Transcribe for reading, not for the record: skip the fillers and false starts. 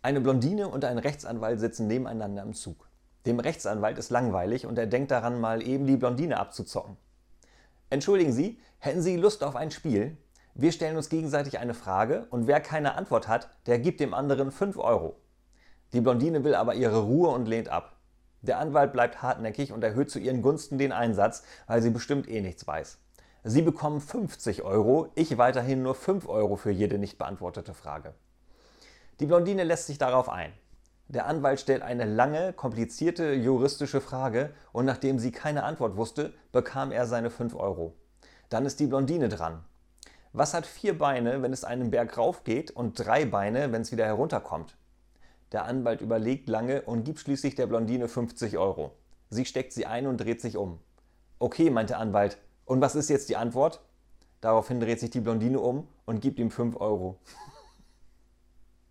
Eine Blondine und ein Rechtsanwalt sitzen nebeneinander im Zug. Dem Rechtsanwalt ist langweilig und er denkt daran, mal eben die Blondine abzuzocken. Entschuldigen Sie, hätten Sie Lust auf ein Spiel? Wir stellen uns gegenseitig eine Frage und wer keine Antwort hat, der gibt dem anderen 5 Euro. Die Blondine will aber ihre Ruhe und lehnt ab. Der Anwalt bleibt hartnäckig und erhöht zu ihren Gunsten den Einsatz, weil sie bestimmt eh nichts weiß. Sie bekommen 50 Euro, ich weiterhin nur 5 Euro für jede nicht beantwortete Frage. Die Blondine lässt sich darauf ein. Der Anwalt stellt eine lange, komplizierte juristische Frage und nachdem sie keine Antwort wusste, bekam er seine 5 Euro. Dann ist die Blondine dran. Was hat 4 Beine, wenn es einen Berg rauf geht und 3 Beine, wenn es wieder herunterkommt? Der Anwalt überlegt lange und gibt schließlich der Blondine 50 Euro. Sie steckt sie ein und dreht sich um. Okay, meint der Anwalt. Und was ist jetzt die Antwort? Daraufhin dreht sich die Blondine um und gibt ihm 5 Euro.